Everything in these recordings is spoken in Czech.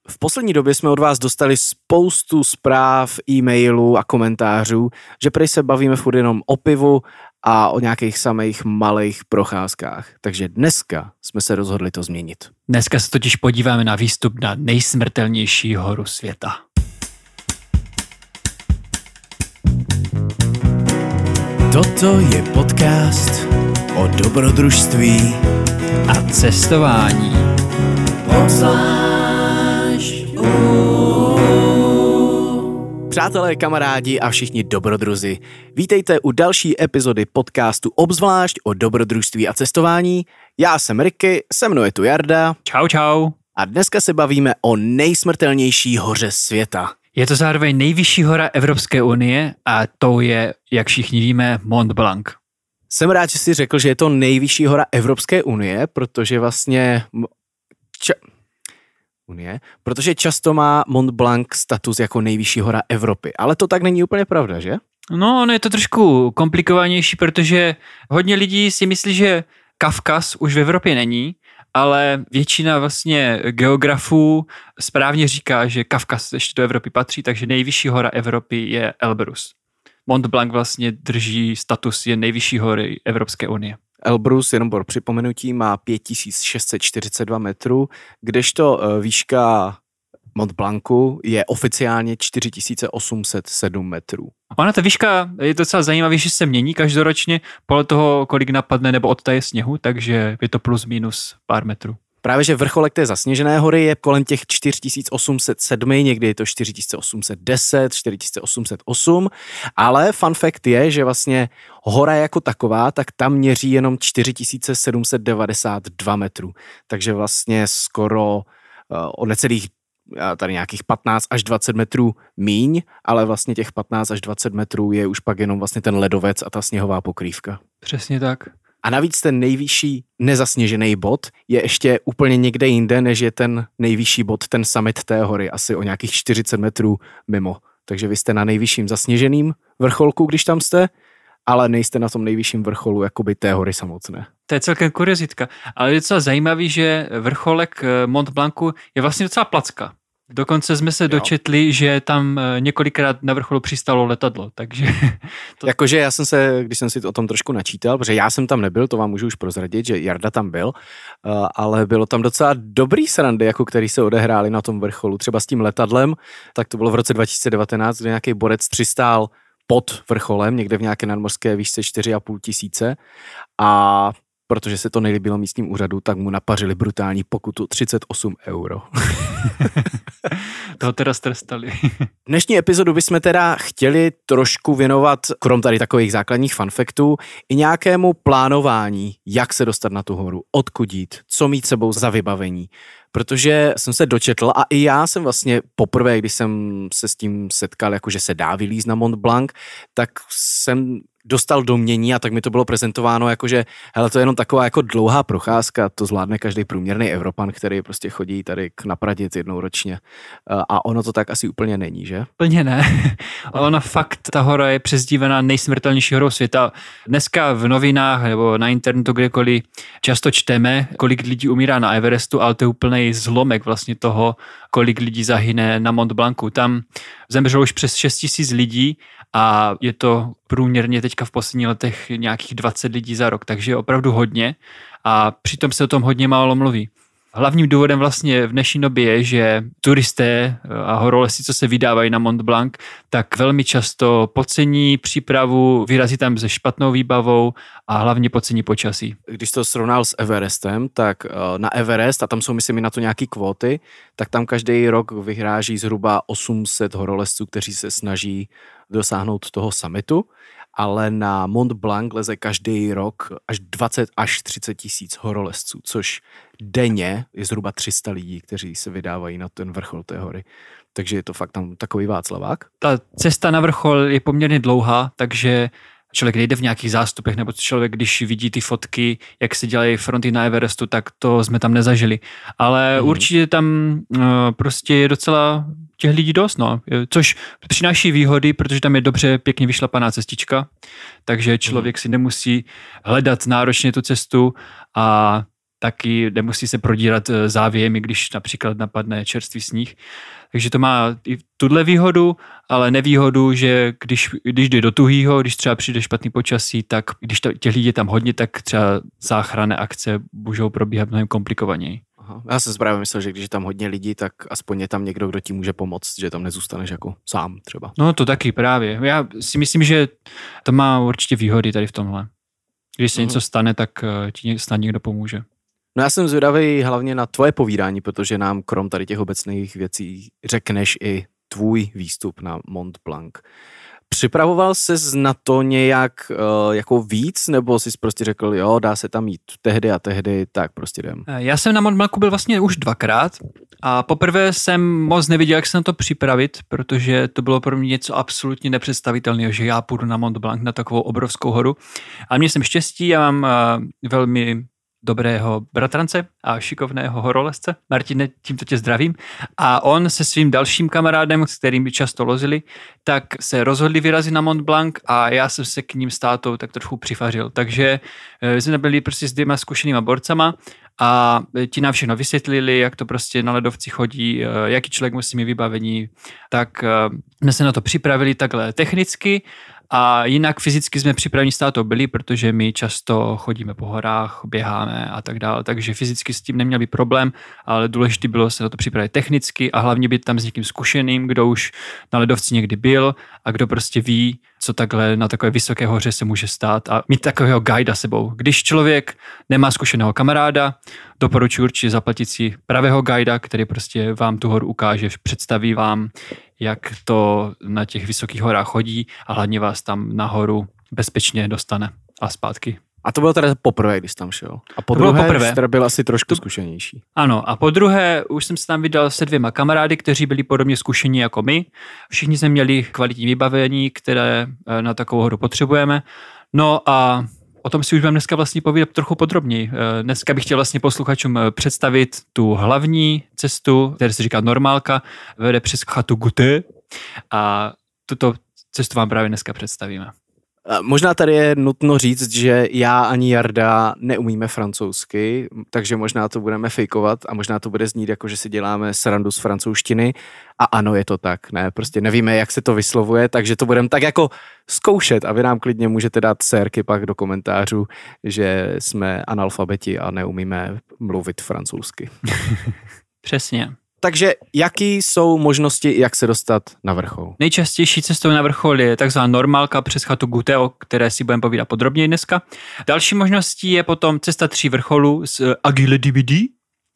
V poslední době jsme od vás dostali spoustu zpráv, e-mailů a komentářů, že prý se bavíme furt jenom o pivu a o nějakých samých malých procházkách. Takže dneska jsme se rozhodli to změnit. Dneska se totiž podíváme na výstup na nejsmrtelnější horu světa. Toto je podcast o dobrodružství a cestování. Přátelé, kamarádi a všichni dobrodruzi, vítejte u další epizody podcastu Obzvlášť o dobrodružství a cestování. Já jsem Ricky, se mnou je tu Jarda. Čau, čau. A dneska se bavíme o nejsmrtelnější hoře světa. Je to zároveň nejvyšší hora Evropské unie a to je, jak všichni víme, Mont Blanc. Jsem rád, že jsi řekl, že je to nejvyšší hora Evropské unie, protože vlastně... Protože často má Mont Blanc status jako nejvyšší hora Evropy, ale to tak není úplně pravda, že? No, ono je to trošku komplikovanější, protože hodně lidí si myslí, že Kavkaz už v Evropě není, ale většina vlastně geografů správně říká, že Kavkaz ještě do Evropy patří, takže nejvyšší hora Evropy je Elbrus. Mont Blanc vlastně drží status je nejvyšší hory Evropské unie. Elbrus, jenom pro připomenutí, má 5642 metrů, kdežto výška Mont Blancu je oficiálně 4807 metrů. Ona ta výška je docela zajímavý, že se mění každoročně podle toho, kolik napadne nebo odtaje sněhu, takže je to plus minus pár metrů. Právě, že vrcholek té zasněžené hory je kolem těch 4807, někdy je to 4810, 4808, ale fun fact je, že vlastně hora jako taková, tak tam měří jenom 4792 metrů, takže vlastně skoro o necelých tady nějakých 15 až 20 metrů míň, ale vlastně těch 15 až 20 metrů je už pak jenom vlastně ten ledovec a ta sněhová pokrývka. Přesně tak. A navíc ten nejvyšší nezasněžený bod je ještě úplně někde jinde, než je ten nejvyšší bod, ten summit té hory, asi o nějakých 40 metrů mimo. Takže vy jste na nejvyšším zasněženým vrcholku, když tam jste, ale nejste na tom nejvyšším vrcholu jakoby té hory samotné. To je celkem kuriozitka, ale je docela zajímavý, že vrcholek Mont Blancu je vlastně docela placka. Dokonce jsme se dočetli, že tam několikrát na vrcholu přistálo letadlo, takže... Jakože já jsem se, když jsem si o tom trošku načítal, protože já jsem tam nebyl, to vám můžu už prozradit, že Jarda tam byl, ale bylo tam docela dobrý srandy, jako který se odehráli na tom vrcholu, třeba s tím letadlem, tak to bylo v roce 2019, kde nějaký borec přistál pod vrcholem, někde v nějaké nadmořské výšce 4,5 tisíce a protože se to nelíbilo místním úřadu, tak mu napařili brutální pokutu 38 €. Toho teda strestali. Dnešní epizodu bychom teda chtěli trošku věnovat, krom tady takových základních funfaktů, i nějakému plánování, jak se dostat na tu horu, odkud jít, co mít sebou za vybavení. Protože jsem se dočetl a i já jsem vlastně poprvé, když jsem se s tím setkal, jakože se dá vylízt na Mont Blanc, tak jsem dostal domnění a tak mi to bylo prezentováno jakože hele, to je jenom taková jako dlouhá procházka, to zvládne každý průměrný Evropan, který prostě chodí tady na Pradec jednou ročně. A ono to tak asi úplně není, že? Úplně ne. Ona fakt, ta hora je přezdívaná nejsmrtelnější horou světa. Dneska v novinách nebo na internetu kdekoliv často čteme, kolik lidí umírá na Everestu, ale to je úplný zlomek vlastně toho, kolik lidí zahyne na Mont Blancu. Tam zemřelo už přes 6 000 lidí a je to průměrně teďka v posledních letech nějakých 20 lidí za rok, takže je opravdu hodně a přitom se o tom hodně málo mluví. Hlavním důvodem vlastně v dnešní době je, že turisté a horolezci, co se vydávají na Mont Blanc, tak velmi často podcení přípravu, vyrazí tam se špatnou výbavou a hlavně podcení počasí. Když to srovnal s Everestem, tak na Everest, a tam jsou myslím na to nějaký kvóty, tak tam každý rok vyhráží zhruba 800 horolezců, kteří se snaží dosáhnout toho summitu, ale na Mont Blanc leze každý rok až 20 až 30 tisíc horolezců, což denně je zhruba 300 lidí, kteří se vydávají na ten vrchol té hory. Takže je to fakt tam takový Václavák. Ta cesta na vrchol je poměrně dlouhá, takže člověk nejde v nějakých zástupech, nebo člověk, když vidí ty fotky, jak se dělají fronty na Everestu, tak to jsme tam nezažili. Ale určitě tam prostě je docela těch lidí dost, no. Což přináší výhody, protože tam je dobře pěkně vyšlapaná cestička, takže člověk si nemusí hledat náročně tu cestu a taky nemusí se prodírat závěmi, když například napadne čerstvý sníh. Takže to má i tuhle výhodu, ale nevýhodu, že když jde do tuhýho, když třeba přijde špatný počasí, tak když těch lidí je tam hodně, tak třeba záchranné akce můžou probíhat mnohem komplikovaněji. Aha. Já jsem právě myslel, že když je tam hodně lidí, tak aspoň je tam někdo, kdo ti může pomoct, že tam nezůstaneš jako sám třeba. No to taky právě. Já si myslím, že to má určitě výhody tady v tomhle. Když se něco stane, tak ti snad někdo pomůže. No já jsem zvědavý hlavně na tvoje povídání, protože nám krom tady těch obecných věcí řekneš i tvůj výstup na Mont Blanc. Připravoval ses na to nějak jako víc, nebo jsi prostě řekl, jo, dá se tam jít tehdy a tehdy, tak prostě jdem? Já jsem na Mont Blancu byl vlastně už 2krát a poprvé jsem moc nevěděl, jak se na to připravit, protože to bylo pro mě něco absolutně nepředstavitelného, že já půjdu na Mont Blanc, na takovou obrovskou horu. Ale měl jsem štěstí, já mám velmi dobrého bratrance a šikovného horolezce. Martine, tímto tě zdravím. A on se svým dalším kamarádem, s kterým by často lozili, tak se rozhodli vyrazit na Mont Blanc a já jsem se k ním s tátou tak trochu přifařil. Takže jsme byli prostě s 2 zkušenýma borcama a ti nám všechno vysvětlili, jak to prostě na ledovci chodí, jaký člověk musí mít vybavení. Tak jsme se na to připravili takhle technicky. A jinak fyzicky jsme připraveni s tátou byli, protože my často chodíme po horách, běháme a tak dále, takže fyzicky s tím neměl být problém, ale důležité bylo se na to připravit technicky a hlavně být tam s někým zkušeným, kdo už na ledovci někdy byl a kdo prostě ví, co takhle na takové vysoké hoře se může stát a mít takového guida sebou. Když člověk nemá zkušeného kamaráda, doporučuji určitě zaplatit si pravého guida, který prostě vám tu horu ukáže, představí vám, jak to na těch vysokých horách chodí a hlavně vás tam nahoru bezpečně dostane a zpátky. A to bylo teda poprvé, když tam šel. A po druhé teda byl asi trošku zkušenější. Ano, a po druhé už jsem se tam vydal se 2 kamarády, kteří byli podobně zkušení jako my. Všichni jsme měli kvalitní vybavení, které na takovou horu potřebujeme. No a o tom si už budeme dneska vlastně povídat trochu podrobněji. Dneska bych chtěl vlastně posluchačům představit tu hlavní cestu, která se říká normálka, vede přes chatu Guté a tuto cestu vám právě dneska představíme. Možná tady je nutno říct, že já ani Jarda neumíme francouzsky, takže možná to budeme fejkovat a možná to bude znít jako, že si děláme srandu z francouzštiny a ano, je to tak, ne, prostě nevíme, jak se to vyslovuje, takže to budeme tak jako zkoušet a vy nám klidně můžete dát sérky pak do komentářů, že jsme analfabeti a neumíme mluvit francouzsky. Přesně. Takže jaký jsou možnosti, jak se dostat na vrchol? Nejčastější cestou na vrchol je takzvaná normálka přes chatu Guté, o které si budeme povídat podrobněji dneska. Další možností je potom cesta 3 vrcholů z Aiguille du Midi,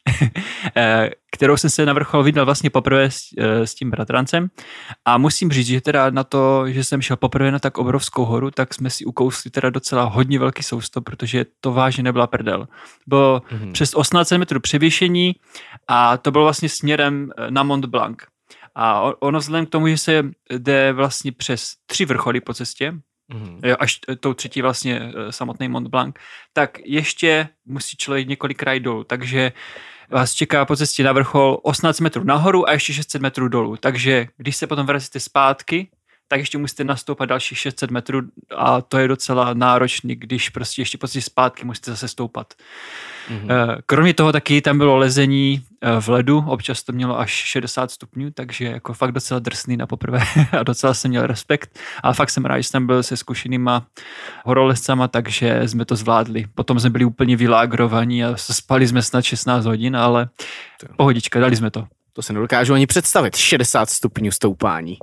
kterou jsem se na vrchol vydal vlastně poprvé s tím bratrancem. A musím říct, že teda na to, že jsem šel poprvé na tak obrovskou horu, tak jsme si ukousli teda docela hodně velký sousto, protože to vážně nebyla prdel. Bylo přes 18 metrů převýšení a to bylo vlastně směrem na Mont Blanc. A ono vzhledem k tomu, že se jde vlastně přes 3 vrcholy po cestě, až tou 3. vlastně samotný Mont Blanc, tak ještě musí člověk několikrát dolů, takže vás čeká po cestě na vrchol 18 metrů nahoru a ještě 600 metrů dolů, takže když se potom vracíte zpátky, tak ještě musíte nastoupat dalších 600 metrů a to je docela náročný, když prostě ještě po cestě zpátky musíte zase stoupat. Kromě toho taky tam bylo lezení v ledu, občas to mělo až 60 stupňů, takže jako fakt docela drsný na poprvé a docela jsem měl respekt, ale fakt jsem rád, že jsem byl se zkušenýma horolezcama, takže jsme to zvládli. Potom jsme byli úplně vylágrovaní a spali jsme snad 16 hodin, ale pohodička, dali jsme to. To se nedokážu ani představit, 60 stupňů stoupání.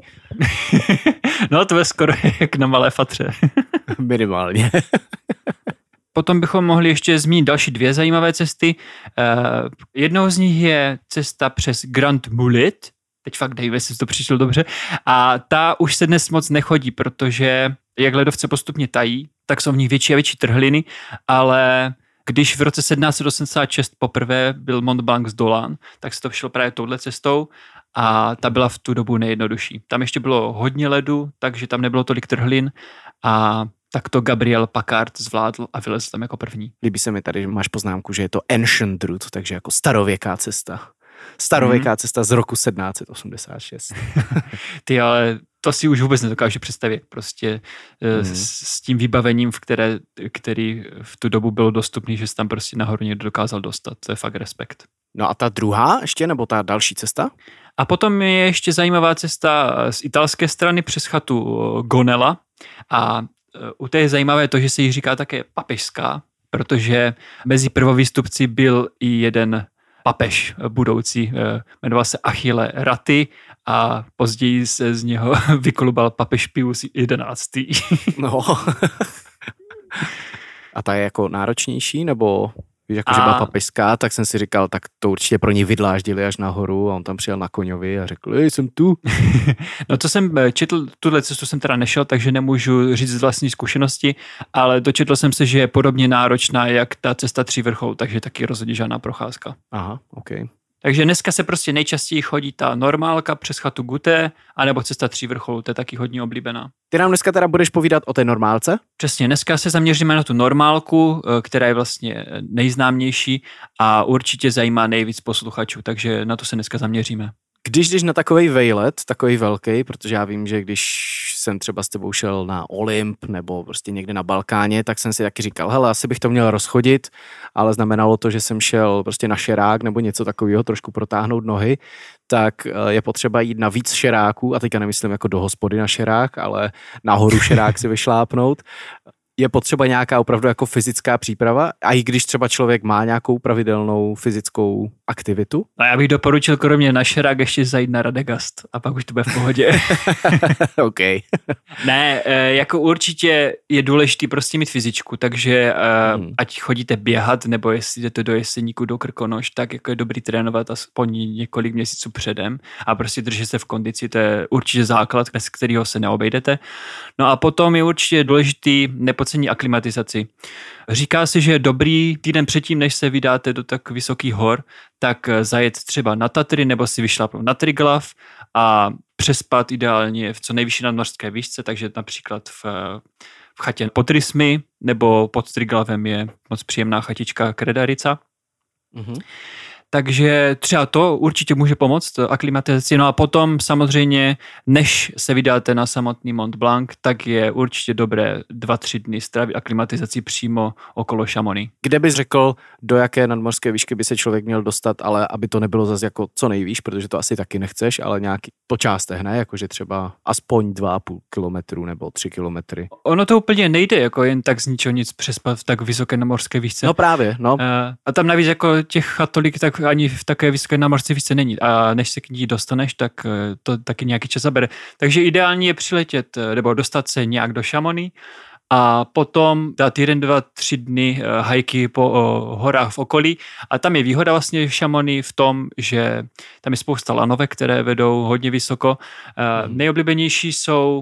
No to je skoro jak na Malé Fatře. Minimálně. Potom bychom mohli ještě zmínit další 2 zajímavé cesty. Jednou z nich je cesta přes Grand Mullet. Teď fakt nevím, jestli to přišlo dobře. A ta už se dnes moc nechodí, protože jak ledovce postupně tají, tak jsou v nich větší a větší trhliny, ale když v roce 1786 poprvé byl Mont Blanc zdolán, tak se to šlo právě touhle cestou a ta byla v tu dobu nejjednodušší. Tam ještě bylo hodně ledu, takže tam nebylo tolik trhlin a tak to Gabriel Packard zvládl a vylezl tam jako první. Líbí se mi tady, že máš poznámku, že je to ancient route, takže jako starověká cesta. Starověká cesta z roku 1786. Ty ale to si už vůbec nedokážu představit. Prostě s tím vybavením, který v tu dobu bylo dostupný, že se tam prostě nahoru někdo dokázal dostat. To je fakt respekt. No a ta druhá ještě, nebo ta další cesta? A potom je ještě zajímavá cesta z italské strany přes chatu Gonella. A u té je zajímavé to, že se jí říká také papežská, protože mezi prvovýstupci byl i jeden papež budoucí, jmenoval se Achille Ratti a později se z něho vyklubal papež Pius XI. No. A ta je jako náročnější, nebo víš, jakože byla papežská, tak jsem si říkal, tak to určitě pro ní vydláždili až nahoru a on tam přijel na koňovi a řekl, jsem tu. No to jsem četl, tuhle cestu jsem teda nešel, takže nemůžu říct z vlastní zkušenosti, ale dočetl jsem se, že je podobně náročná jak ta cesta 3 vrcholů, takže taky rozhodně žádná procházka. Aha, OK. Takže dneska se prostě nejčastěji chodí ta normálka přes chatu Guté, anebo cesta 3 vrcholů, to je taky hodně oblíbená. Ty nám dneska teda budeš povídat o té normálce? Přesně, dneska se zaměříme na tu normálku, která je vlastně nejznámější a určitě zajímá nejvíc posluchačů, takže na to se dneska zaměříme. Když jdeš na takovej vejlet, takový velký, protože já vím, že když jsem třeba s tebou šel na Olymp nebo prostě někde na Balkáně, tak jsem si taky říkal, hele, asi bych to měl rozchodit, ale znamenalo to, že jsem šel prostě na šerák nebo něco takového, trošku protáhnout nohy, tak je potřeba jít na víc šeráků, a teďka nemyslím jako do hospody na šerák, ale nahoru šerák si vyšlápnout. Je potřeba nějaká opravdu jako fyzická příprava, a i když třeba člověk má nějakou pravidelnou fyzickou aktivitu? A já bych doporučil kromě na šerák ještě zajít na Radegast a pak už to bude v pohodě. OK. Ne, jako určitě je důležitý prostě mít fyzičku, takže ať chodíte běhat, nebo jestli jdete do Jeseníku, do Krkonoš, tak jako je dobrý trénovat aspoň několik měsíců předem a prostě držet se v kondici, to je určitě základ, bez kterého se neobejdete. No a potom je určitě důležitý nepodcenit aklimatizaci. Říká se, že je dobrý týden předtím, než se vydáte do tak vysokých hor, tak zajet třeba na Tatry nebo si vyšlápnout na Triglav a přespat ideálně v co nejvyšší nadmořské výšce, takže například v chatě pod Rysmi nebo pod Triglavem je moc příjemná chatička Kredarica. Mm-hmm. Takže třeba to určitě může pomoct aklimatizaci. No a potom samozřejmě, než se vydáte na samotný Mont Blanc, tak je určitě dobré 2-3 dny strávit aklimatizací přímo okolo Chamonix. Kde bys řekl, do jaké nadmořské výšky by se člověk měl dostat, ale aby to nebylo zase jako co nejvíš, protože to asi taky nechceš, ale nějaký po částech, ne? Jakože třeba aspoň 2,5 kilometru nebo 3 kilometry. Ono to úplně nejde, jako jen tak z ničeho nic přespat v tak vysoké nadmořské výšce. No právě, no. A tam navíc jako těch chatolik tak ani v takové vysoké nadmořské výšce není. A než se k ní dostaneš, tak to taky nějaký čas zabere. Takže ideální je přiletět nebo dostat se nějak do Chamonix a potom dát 1, 2, 3 dny hajky po horách v okolí. A tam je výhoda vlastně v Chamonix v tom, že tam je spousta lanovek, které vedou hodně vysoko. Nejoblíbenější jsou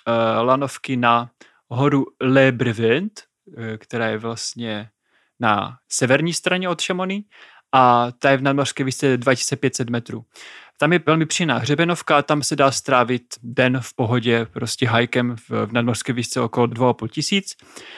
lanovky na horu Le Brevent, která je vlastně na severní straně od Chamonix, a ta je v nadmořské výšce 2500 metrů. Tam je velmi příjemná hřebenovka, tam se dá strávit den v pohodě, prostě hajkem v nadmořské výšce okolo 2500.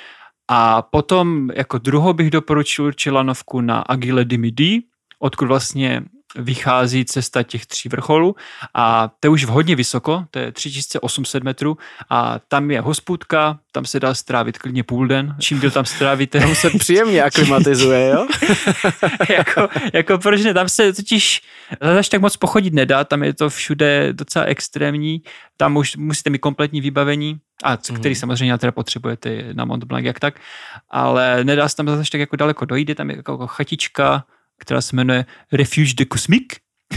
A potom jako druhou bych doporučil určitě lanovku na Aiguille du Midi, odkud vlastně vychází cesta těch 3 vrcholů a to je už hodně vysoko, to je 3800 metrů a tam je hospůdka, tam se dá strávit klidně půl den, čím díl tam strávíte. Tam se příjemně aklimatizuje, jo? jako proč ne, tam se totiž až tak moc pochodit nedá, tam je to všude docela extrémní, tam už musíte mít kompletní vybavení, který samozřejmě teda potřebujete na Mont Blanc jak tak, ale nedá se tam zase tak jako daleko dojít, tam je jako chatička, která se jmenuje Refuge de Cosmique.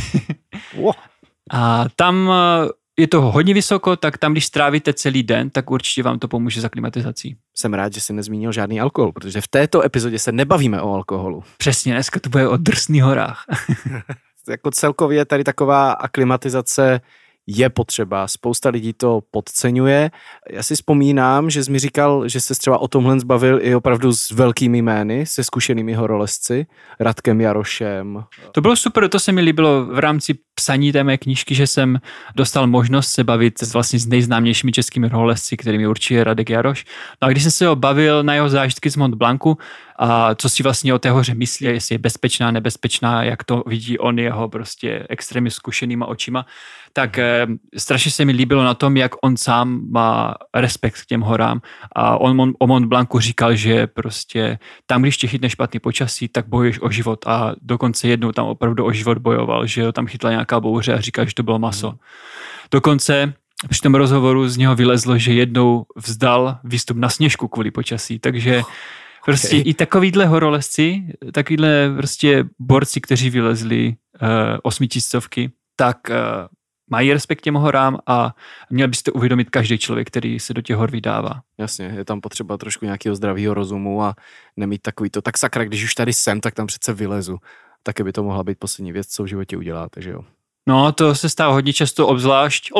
A tam je to hodně vysoko, tak tam, když strávíte celý den, tak určitě vám to pomůže s aklimatizací. Jsem rád, že jsi nezmínil žádný alkohol, protože v této epizodě se nebavíme o alkoholu. Přesně, dneska to bude o drsných horách. Jako celkově tady taková aklimatizace je potřeba. Spousta lidí to podceňuje. Já si vzpomínám, že jsi mi říkal, že se třeba o tomhle zbavil i opravdu s velkými jmény, se zkušenými horolezci, Radkem Jarošem. To bylo super, to se mi líbilo v rámci psaní té mé knížky, že jsem dostal možnost se bavit vlastně s nejznámějšími českými horolezci, kterými určitě Radek Jaroš. No a když jsem se ho bavil na jeho zážitky z Mont Blancu a co si vlastně o té hoře myslí, jestli je bezpečná, nebezpečná, jak to vidí on jeho prostě extrémně zkušenýma očima, tak strašně se mi líbilo na tom, jak on sám má respekt k těm horám a on o Mont Blancu říkal, že prostě tam, když tě chytne špatný počasí, tak bojuješ o život a dokonce jednou tam opravdu o život bojoval, že ho tam chytla nějaká bouře a říkal, že to bylo maso. Dokonce při tom rozhovoru z něho vylezlo, že jednou vzdal výstup na sněžku kvůli počasí, takže prostě i takovýhle horolezci, takovýhle prostě borci, kteří vylezli 8000, tak mají respekt těm horám a měl byste uvědomit každý člověk, který se do těch hor vydává. Jasně, je tam potřeba trošku nějakého zdravého rozumu a nemít takový to, tak sakra, když už tady jsem, tak tam přece vylezu. Taky by to mohla být poslední věc, co v životě uděláte, že jo? No, to se stává hodně často, obzvlášť.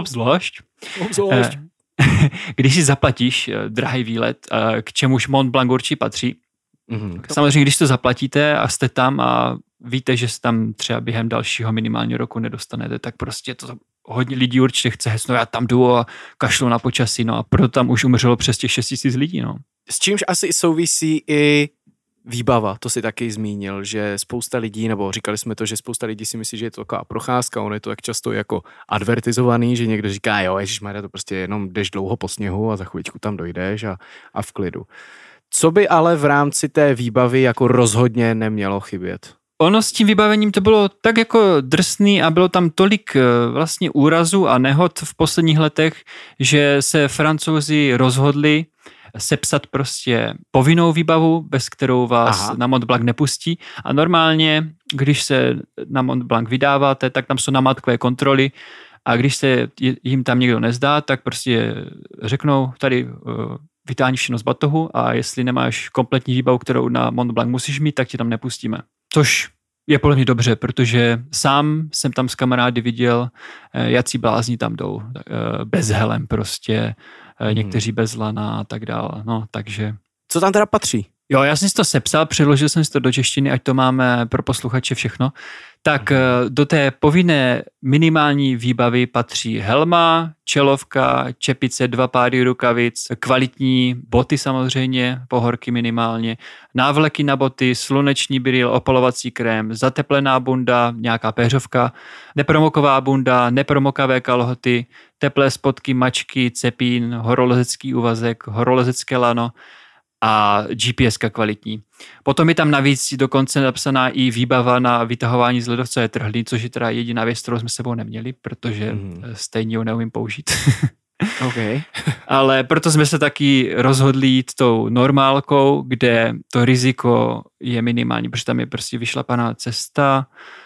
Když si zaplatíš drahý výlet, k čemuž Mont Blanc určitě patří. Samozřejmě, když to zaplatíte a jste tam a víte, že se tam třeba během dalšího minimálního roku nedostanete, tak prostě to hodně lidí určitě chce hecnout, já tam jdu a kašlu na počasí, no a proto tam už umřelo přes těch 6000 lidí, no. S čímž asi souvisí i výbava, to si taky zmínil, že spousta lidí, nebo říkali jsme to, že spousta lidí si myslí, že je to taková procházka, ono je to tak často jako advertizovaný, že někdo říká, jo, ježišmarja, to prostě jenom jdeš dlouho po sněhu a za chvíličku tam dojdeš a v klidu. Co by ale v rámci té výbavy jako rozhodně nemělo chybět? Ono s tím vybavením to bylo tak jako drsný a bylo tam tolik vlastně úrazů a nehod v posledních letech, že se Francouzi rozhodli sepsat prostě povinnou výbavu, bez kterou vás na Mont Blanc nepustí. A normálně, když se na Mont Blanc vydáváte, tak tam jsou namátkové kontroly a když se jim tam někdo nezdá, tak prostě řeknou tady vytáhni všechno z batohu a jestli nemáš kompletní výbavu, kterou na Mont Blanc musíš mít, tak ti tam nepustíme. Což je podle mě dobře, protože sám jsem tam s kamarády viděl, jací blázni tam jdou, bez helem prostě, někteří bez lana a tak dále. No, takže... Co tam teda patří? Jo, já jsem si to sepsal, přeložil jsem si to do češtiny, ať to máme pro posluchače všechno. Tak do té povinné minimální výbavy patří helma, čelovka, čepice, 2 páry rukavic, kvalitní boty samozřejmě, pohorky minimálně, návleky na boty, sluneční brýl, opalovací krém, zateplená bunda, nějaká péřovka, nepromoková bunda, nepromokavé kalhoty, teplé spodky, mačky, cepín, horolezecký úvazek, horolezecké lano a GPS-ka kvalitní. Potom je tam navíc dokonce napsaná i výbava na vytahování z ledovcové trhliny, což je teda jediná věc, kterou jsme s sebou neměli, protože stejně ho neumím použít. Okay. Ale proto jsme se taky rozhodli jít tou normálkou, kde to riziko je minimální, protože tam je prostě vyšlapaná cesta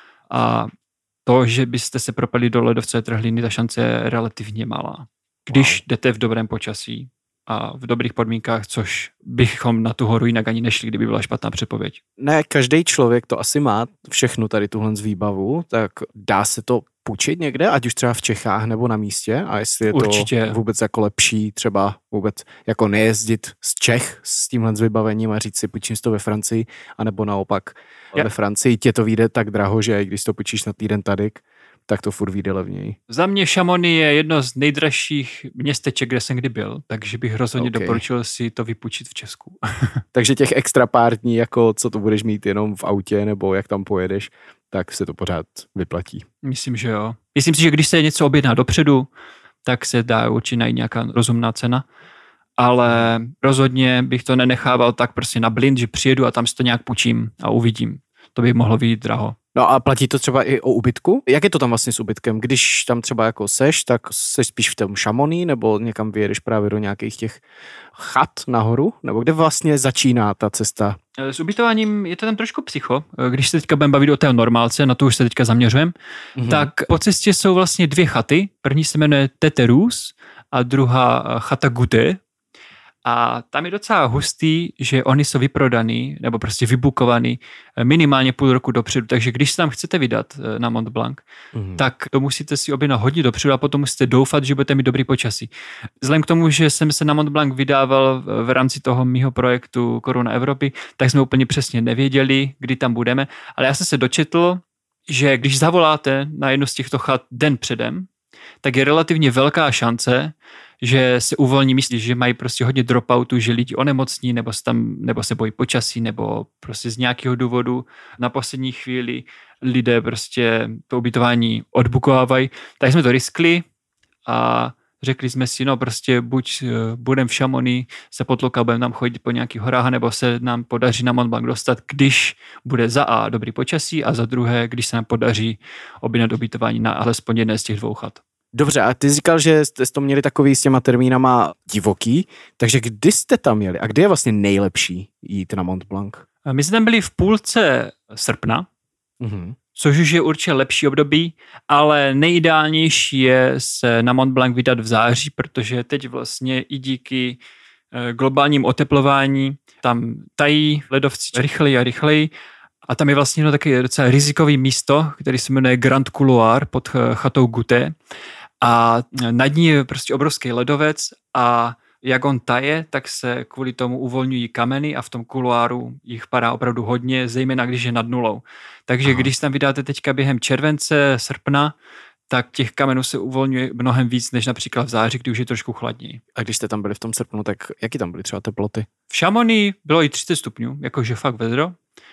a to, že byste se propali do ledovcové trhliny, ta šance je relativně malá. Když jdete v dobrém počasí a v dobrých podmínkách, což bychom na tu horu jinak ani nešli, kdyby byla špatná předpověď. Ne, každý člověk to asi má všechnu tady tuhle z výbavu, tak dá se to půjčit někde, ať už třeba v Čechách nebo na místě, a jestli je určitě to vůbec jako lepší třeba vůbec jako nejezdit z Čech s tímhle s vybavením a říct si, půjčím si to ve Francii, anebo naopak ve Francii tě to vyjde tak draho, že i když to půjčíš na týden tady, tak to furt vyjde levněji. Za mě Chamonix je jedno z nejdražších městeček, kde jsem kdy byl, takže bych rozhodně doporučil si to vypůjčit v Česku. Takže těch extra pár dní, jako co to budeš mít jenom v autě, nebo jak tam pojedeš, tak se to pořád vyplatí. Myslím, že jo. Myslím si, že když se něco objedná dopředu, tak se dá určitě najít nějaká rozumná cena, ale rozhodně bych to nenechával tak prostě na blind, že přijedu a tam si to nějak půjčím a uvidím. To by mohlo vyjít draho. No a platí to třeba i o ubytku? Jak je to tam vlastně s ubytkem? Když tam třeba jako seš, tak seš spíš v tom Chamonix, nebo někam vyjedeš právě do nějakých těch chat nahoru? Nebo kde vlastně začíná ta cesta? S ubytováním je to tam trošku psycho. Když se teďka budeme bavit o té normálce, na to už se teďka zaměřujeme, tak po cestě jsou vlastně 2 chaty. První se jmenuje Teterus a druhá chata Gute. A tam je docela hustý, že oni jsou vyprodaný, nebo prostě vybukovaný minimálně půl roku dopředu, takže když se tam chcete vydat na Mont Blanc, tak to musíte si objednat hodně dopředu a potom musíte doufat, že budete mít dobrý počasí. Vzhledem k tomu, že jsem se na Mont Blanc vydával v rámci toho mýho projektu Koruna Evropy, tak jsme úplně přesně nevěděli, kdy tam budeme, ale já jsem se dočetl, že když zavoláte na jednu z těchto chat den předem, tak je relativně velká šance, že se uvolní místě, že mají prostě hodně dropoutů, že lidi onemocní, nebo se bojí počasí, nebo prostě z nějakého důvodu na poslední chvíli lidé prostě to ubytování odbukovávají. Tak jsme to riskli a řekli jsme si, no prostě buď budeme v Chamonix se potloukat, budeme tam chodit po nějakých horách, nebo se nám podaří na Mont Blanc dostat, když bude za A dobrý počasí a za druhé, když se nám podaří objednat ubytování na alespoň jedné z těch 2 chat. Dobře, a ty říkal, že jste to měli takový s těma termínama divoký, takže kdy jste tam měli a kdy je vlastně nejlepší jít na Mont Blanc? My jsme tam byli v půlce srpna, což už je určitě lepší období, ale nejideálnější je se na Mont Blanc vydat v září, protože teď vlastně i díky globálním oteplování tam tají ledovci rychleji a rychleji a tam je vlastně taky docela rizikový místo, který se jmenuje Grand Couloir pod chatou Guté a nad ní je prostě obrovský ledovec a jak on taje, tak se kvůli tomu uvolňují kameny a v tom kuluáru jich padá opravdu hodně, zejména když je nad nulou. Takže když tam vydáte teďka během července, srpna, tak těch kamenů se uvolňuje mnohem víc, než například v září, kdy už je trošku chladněji. A když jste tam byli v tom srpnu, tak jaký tam byly třeba teploty? V Chamonix bylo i 30 stupňů, jakože fakt vedro.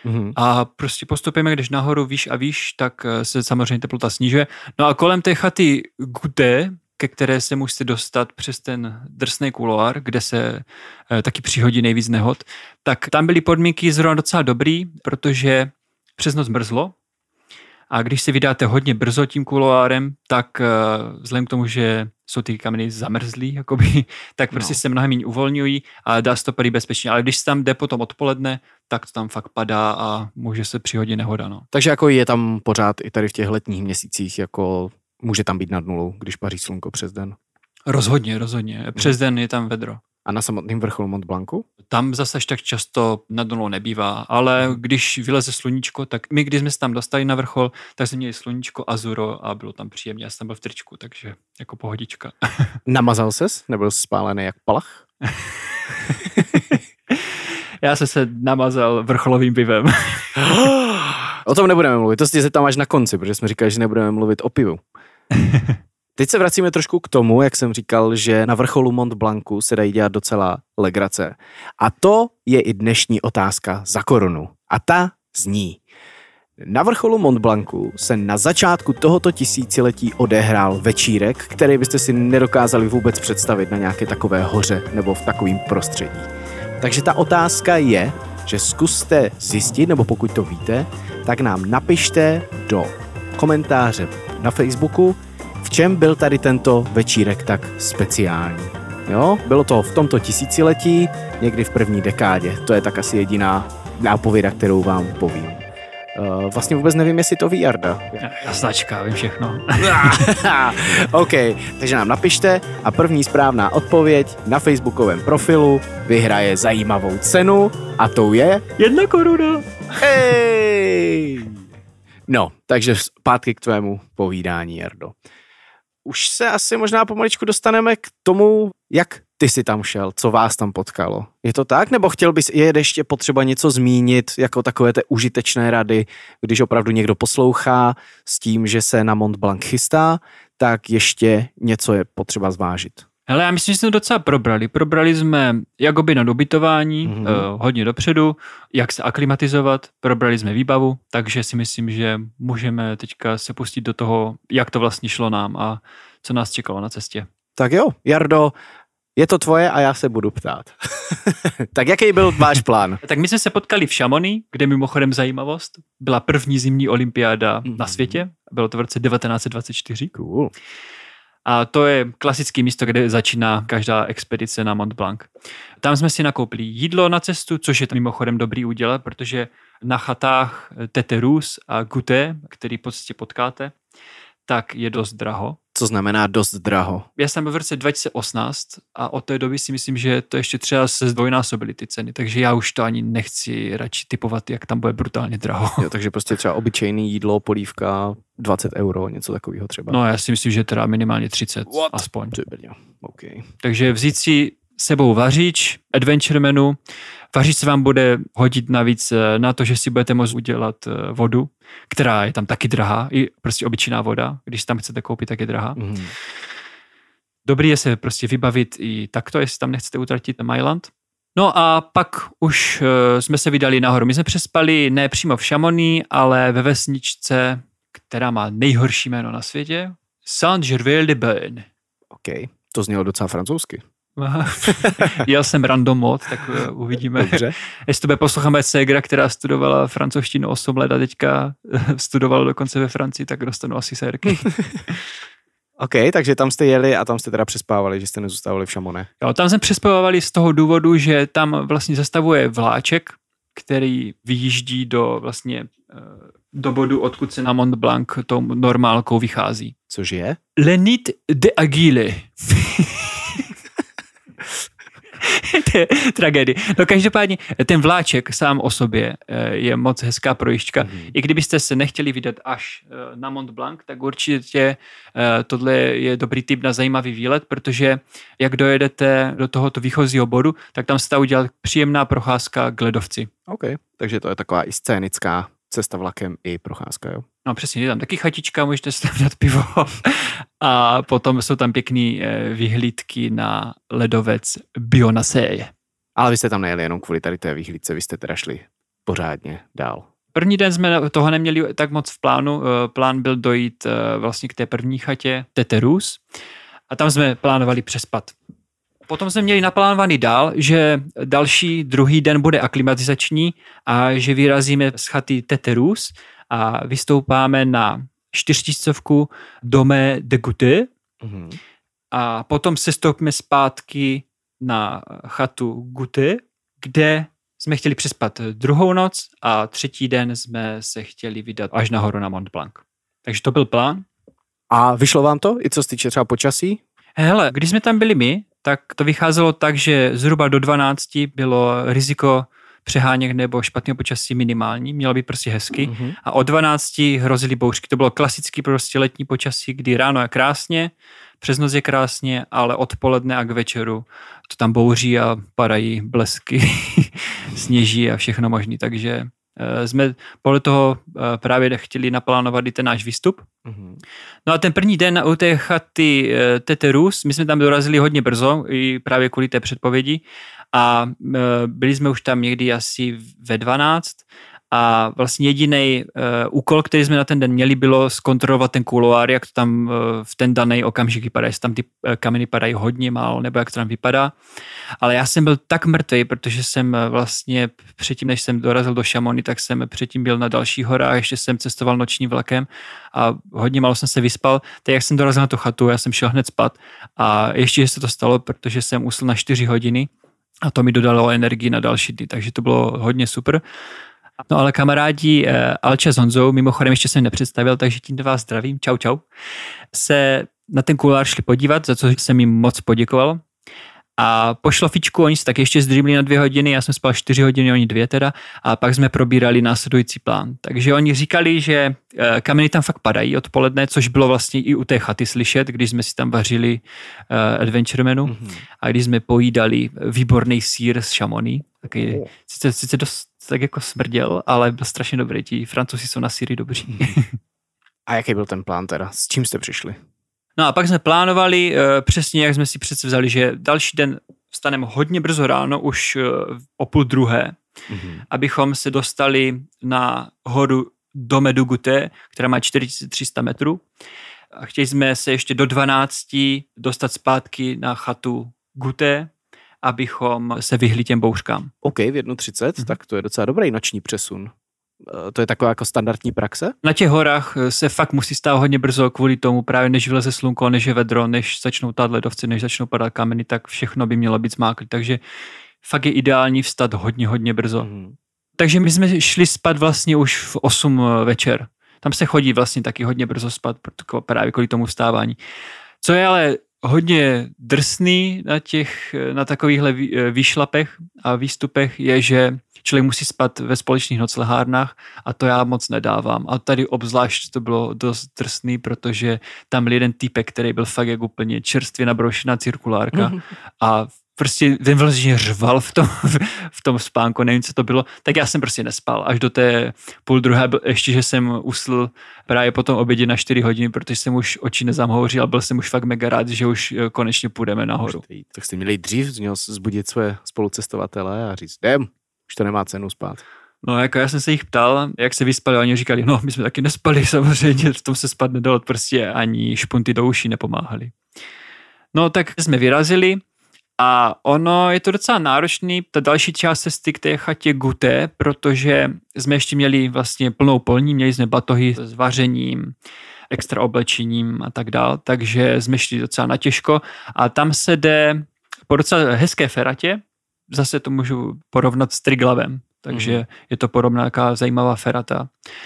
A prostě postupujeme, když nahoru výš a výš, tak se samozřejmě teplota snižuje. No a kolem té chaty Guté, ke které se musíte dostat přes ten drsný kuloár, kde se taky přihodí nejvíc nehod, tak tam byly podmínky zrovna docela dobrý, protože přes noc mrzlo a když se vydáte hodně brzo tím kuloárem, tak vzhledem k tomu, že jsou ty kameny zamrzlý, jakoby, tak prostě se mnohem méně uvolňují a dá se to padit bezpečně. Ale když se tam jde potom odpoledne, tak to tam fakt padá a může se přihodit nehoda. No. Takže jako je tam pořád i tady v těch letních měsících jako může tam být nad nulou, když paří slunko přes den? Rozhodně. Přes den je tam vedro. A na samotném vrcholu Mont Blancu? Tam zase až tak často nad nulou nebývá, ale když vyleze sluníčko, tak my, když jsme se tam dostali na vrchol, tak jsme měli sluníčko azuro a bylo tam příjemně. Já jsem tam byl v tričku, takže jako pohodička. Namazal ses? Nebyl spálený jak palach? Já jsem se namazal vrcholovým pivem. O tom nebudeme mluvit, to si tam až na konci, protože jsme říkali, že nebudeme mluvit o pivu. Teď se vracíme trošku k tomu, jak jsem říkal, že na vrcholu Mont Blancu se dají dělat docela legrace. A to je i dnešní otázka za korunu. A ta zní. Na vrcholu Mont Blancu se na začátku tohoto tisíciletí odehrál večírek, který byste si nedokázali vůbec představit na nějaké takové hoře nebo v takovém prostředí. Takže ta otázka je, že zkuste zjistit, nebo pokud to víte, tak nám napište do komentáře na Facebooku, v čem byl tady tento večírek tak speciální. Jo, bylo to v tomto tisíciletí, někdy v první dekádě. To je tak asi jediná nápověda, kterou vám povím. Vlastně vůbec nevím, jestli to ví Jarda. Jasnačka, vím všechno. OK, takže nám napište a první správná odpověď na facebookovém profilu vyhraje zajímavou cenu a tou je 1 koruna. Hej! No, takže zpátky k tvému povídání, Jardo. Už se asi možná pomaličku dostaneme k tomu, jak ty jsi tam šel, co vás tam potkalo. Je to tak? Nebo chtěl bys ještě potřeba něco zmínit, jako takové té užitečné rady, když opravdu někdo poslouchá s tím, že se na Mont Blanc chystá, tak ještě něco je potřeba zvážit. Hele, já myslím, že jsme to docela probrali. Probrali jsme, jak objednat ubytování, hodně dopředu, jak se aklimatizovat, probrali jsme výbavu, takže si myslím, že můžeme teďka se pustit do toho, jak to vlastně šlo nám a co nás čekalo na cestě. Tak jo, Jardo, je to tvoje a já se budu ptát. Tak jaký byl váš plán? Tak my jsme se potkali v Chamonix, kde mimochodem zajímavost, byla první zimní olympiáda na světě, bylo to v roce 1924. Cool. A to je klasické místo, kde začíná každá expedice na Mont Blanc. Tam jsme si nakoupili jídlo na cestu, což je mimochodem dobrý úděl, protože na chatách Téterůs a Guté, který po cestě potkáte, tak je dost draho. Co znamená dost draho? Já jsem byl v roce 2018 a od té doby si myslím, že to ještě třeba se zdvojnásobily ty ceny, takže já už to ani nechci radši typovat, jak tam bude brutálně draho. Jo, takže prostě třeba obyčejný jídlo, polívka, 20 €, něco takového třeba. No já si myslím, že teda minimálně 30 aspoň. Okay. Takže vzít si sebou vařič, adventure menu, Vařit se vám bude hodit navíc na to, že si budete moct udělat vodu, která je tam taky drahá, i prostě obyčejná voda, když tam chcete koupit, tak je drahá. Dobrý je se prostě vybavit i takto, jestli tam nechcete utratit Mailand. No a pak už jsme se vydali nahoru. My jsme přespali ne přímo v Chamonix, ale ve vesničce, která má nejhorší jméno na světě, Saint-Gervais-les-Bains. OK, to znělo docela francouzsky. Jel jsem random mod, tak uvidíme. Dobře. Jestli to bude poslouchat ségra, která studovala francouzštinu 8 let a teďka studovala dokonce ve Francii, tak dostanu asi sérky. OK, takže tam jste jeli a tam jste teda přespávali, že jste nezůstávali v Chamonix. Jo, tam jsme přespávali z toho důvodu, že tam vlastně zastavuje vláček, který vyjíždí do bodu, odkud se na Mont Blanc tou normálkou vychází. Což je? Le Nid de Aguille. To je tragédie. No každopádně ten vláček sám o sobě je moc hezká projížďka. I kdybyste se nechtěli vydat až na Mont Blanc, tak určitě tohle je dobrý tip na zajímavý výlet, protože jak dojedete do tohoto výchozího bodu, tak tam se dá udělat příjemná procházka k ledovci. OK, takže to je taková i scénická cesta vlakem i procházka, jo? No přesně, je tam taky chatička, můžete si tam dát pivo a potom jsou tam pěkný vyhlídky na ledovec Bionaseye. Ale vy jste tam nejeli jenom kvůli tady té výhlídce, vy jste teda šli pořádně dál. První den jsme toho neměli tak moc v plánu. Plán byl dojít vlastně k té první chatě Teterus a tam jsme plánovali přespat. Potom jsme měli naplánovaný dál, že druhý den bude aklimatizační a že vyrazíme z chaty Teterus a vystoupáme na 4000 Dome de Goutte a potom se stoupíme zpátky na chatu Goutte, kde jsme chtěli přespat druhou noc a třetí den jsme se chtěli vydat až nahoru na Mont Blanc. Takže to byl plán. A vyšlo vám to, i co se týče třeba počasí? Hele, když jsme tam byli my, tak to vycházelo tak, že zhruba do 12 bylo riziko přeháněk nebo špatného počasí minimální, mělo být prostě hezky a od 12 hrozily bouřky. To bylo klasický prostě letní počasí, kdy ráno je krásně, přes noc je krásně, ale odpoledne a k večeru to tam bouří a padají blesky, sněží a všechno možný, takže jsme podle toho právě chtěli naplánovat i ten náš výstup. No a ten první den u té chaty Teterus, my jsme tam dorazili hodně brzo, i právě kvůli té předpovědi a byli jsme už tam někdy asi ve 12 a vlastně jediný úkol, který jsme na ten den měli, bylo zkontrolovat ten kuloár, jak to tam v ten daný okamžik vypadá, jestli tam ty kameny padají hodně málo, nebo jak to tam vypadá. Ale já jsem byl tak mrtvý, protože jsem vlastně předtím, než jsem dorazil do Chamonix, tak jsem předtím byl na dalších horách, ještě jsem cestoval nočním vlakem a hodně málo jsem se vyspal. Tak jak jsem dorazil na tu chatu, já jsem šel hned spát a ještě se to stalo, protože jsem usl na 4 hodiny a to mi dodalo energii na další dny, takže to bylo hodně super. No ale kamarádi Alča s Honzou, mimochodem ještě jsem nepředstavil, takže tímto vás zdravím, čau, se na ten kuloár šli podívat, za co jsem jim moc poděkoval. A po šlofičku oni se tak ještě zdrýmli na 2 hodiny, já jsem spal 4 hodiny, oni 2 teda, a pak jsme probírali následující plán. Takže oni říkali, že kameny tam fakt padají odpoledne, což bylo vlastně i u té chaty slyšet, když jsme si tam vařili adventure menu a když jsme pojídali výborný sýr z Chamonix, taky sice dost tak jako smrděl, ale byl strašně dobrý, ti Francouzi jsou na sýry dobří. A jaký byl ten plán teda? S čím jste přišli? No a pak jsme plánovali přesně, jak jsme si přece vzali, že další den vstaneme hodně brzo ráno, už o 12:30, abychom se dostali na horu Dome du Goutte, která má 4300 metrů. A chtěli jsme se ještě do 12 dostat zpátky na chatu Goutte, abychom se vyhli těm bouřkám. OK, v 1:30, tak to je docela dobrý noční přesun. To je taková jako standardní praxe? Na těch horách se fakt musí stát hodně brzo kvůli tomu, právě než vyleze slunko, než je vedro, než začnou tát ledovci, než začnou padat kameny, tak všechno by mělo být zmáklý. Takže fakt je ideální vstat hodně brzo. Takže my jsme šli spát vlastně už v 8 večer. Tam se chodí vlastně taky hodně brzo spát, právě kvůli tomu vstávání. Co je ale hodně drsný na takovýchhle výšlapech a výstupech je, že člověk musí spát ve společných noclehárnách a to já moc nedávám. A tady obzvlášť to bylo dost drsný, protože tam byl jeden týpek, který byl fakt jak úplně čerstvě nabroušená cirkulárka a prostě ten vlastně řval v tom spánku, nevím, co to bylo, tak já jsem prostě nespal. Až do té 12:30, ještě, že jsem usl právě po tom obědě na 4 hodiny, protože jsem už oči nezamhouřil a byl jsem už fakt mega rád, že už konečně půjdeme nahoru. Tak jste měli dřív měl zbudit své spolucestovatele a říct, jdem, už to nemá cenu spát. No, jako já jsem se jich ptal, jak se vyspali, a oni říkali, no, my jsme taky nespali, samozřejmě, v tom se spát nedalo, prostě ani špunty do uší nepomáhaly. No, tak jsme vyrazili. A ono je to docela náročný, ta další část cesty k té chatě Guté, protože jsme ještě měli vlastně plnou polní, měli jsme batohy s vařením, extra oblečením a tak dál, takže jsme šli docela natěžko a tam se jde po docela hezké feratě, zase to můžu porovnat s Triglavem, takže je to podobná taková zajímavá ferata.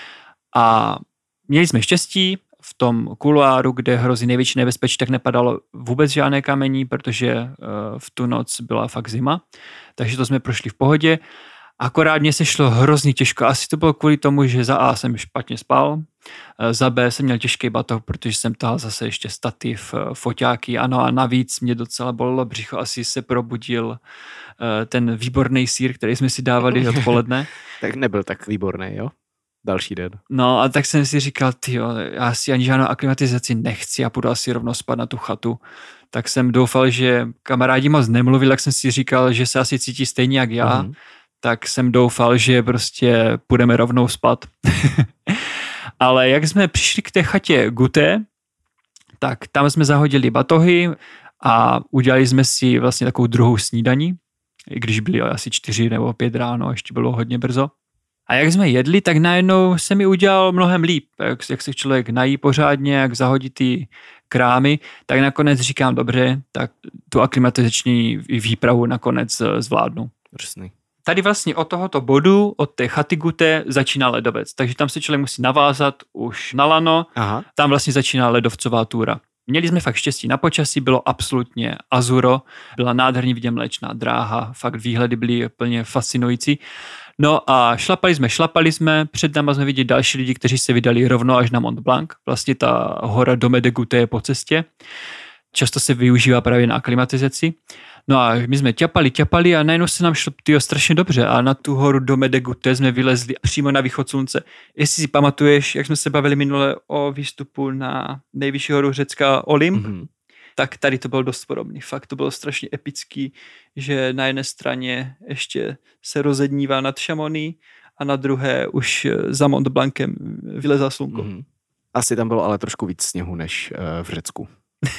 A měli jsme štěstí, v tom kuloáru, kde hrozí největší nebezpečí, tak nepadalo vůbec žádné kamení, protože v tu noc byla fakt zima. Takže to jsme prošli v pohodě. Akorát mě se šlo hrozně těžko. Asi to bylo kvůli tomu, že za A jsem špatně spal, za B jsem měl těžký batoh, protože jsem tahal zase ještě stativ, foťáky, ano a navíc mě docela bolelo břicho, asi se probudil ten výborný sýr, který jsme si dávali odpoledne. Tak nebyl tak výborný, jo? Další den. No a tak jsem si říkal, tyjo, já si ani žádnou aklimatizaci nechci, já půjdu asi rovnou spát na tu chatu. Tak jsem doufal, že kamarádi moc nemluvili, tak jsem si říkal, že se asi cítí stejně jak já, tak jsem doufal, že prostě půjdeme rovnou spát. Ale jak jsme přišli k té chatě Guté, tak tam jsme zahodili batohy a udělali jsme si vlastně takovou druhou snídaní, i když byly asi 4 nebo 5 ráno, ještě bylo hodně brzo. A jak jsme jedli, tak najednou se mi udělal mnohem líp. Jak se člověk nají pořádně, jak zahodí ty krámy, tak nakonec říkám, dobře, tak tu aklimatizační výpravu nakonec zvládnu. Přesný. Tady vlastně od tohoto bodu, od té chaty Guté, začíná ledovec. Takže tam se člověk musí navázat už na lano. Aha. Tam vlastně začíná ledovcová túra. Měli jsme fakt štěstí na počasí, bylo absolutně azuro, byla nádherně vidět Mléčná dráha, fakt výhledy byly plně fascinující. No a šlapali jsme, před náma jsme viděli další lidi, kteří se vydali rovno až na Mont Blanc. Vlastně ta hora Dome de Guté je po cestě. Často se využívá právě na aklimatizaci. No a my jsme ťapali a najednou se nám šlo strašně dobře a na tu horu Dome de Guté jsme vylezli přímo na východ slunce. Jestli si pamatuješ, jak jsme se bavili minule o výstupu na nejvyšší horu Řecka Olymp, tak tady to bylo dost podobný. Fakt to bylo strašně epický, že na jedné straně ještě se rozednívá nad Chamonix a na druhé už za Mont Blancem vylezá slunko. Asi tam bylo ale trošku víc sněhu než v Řecku.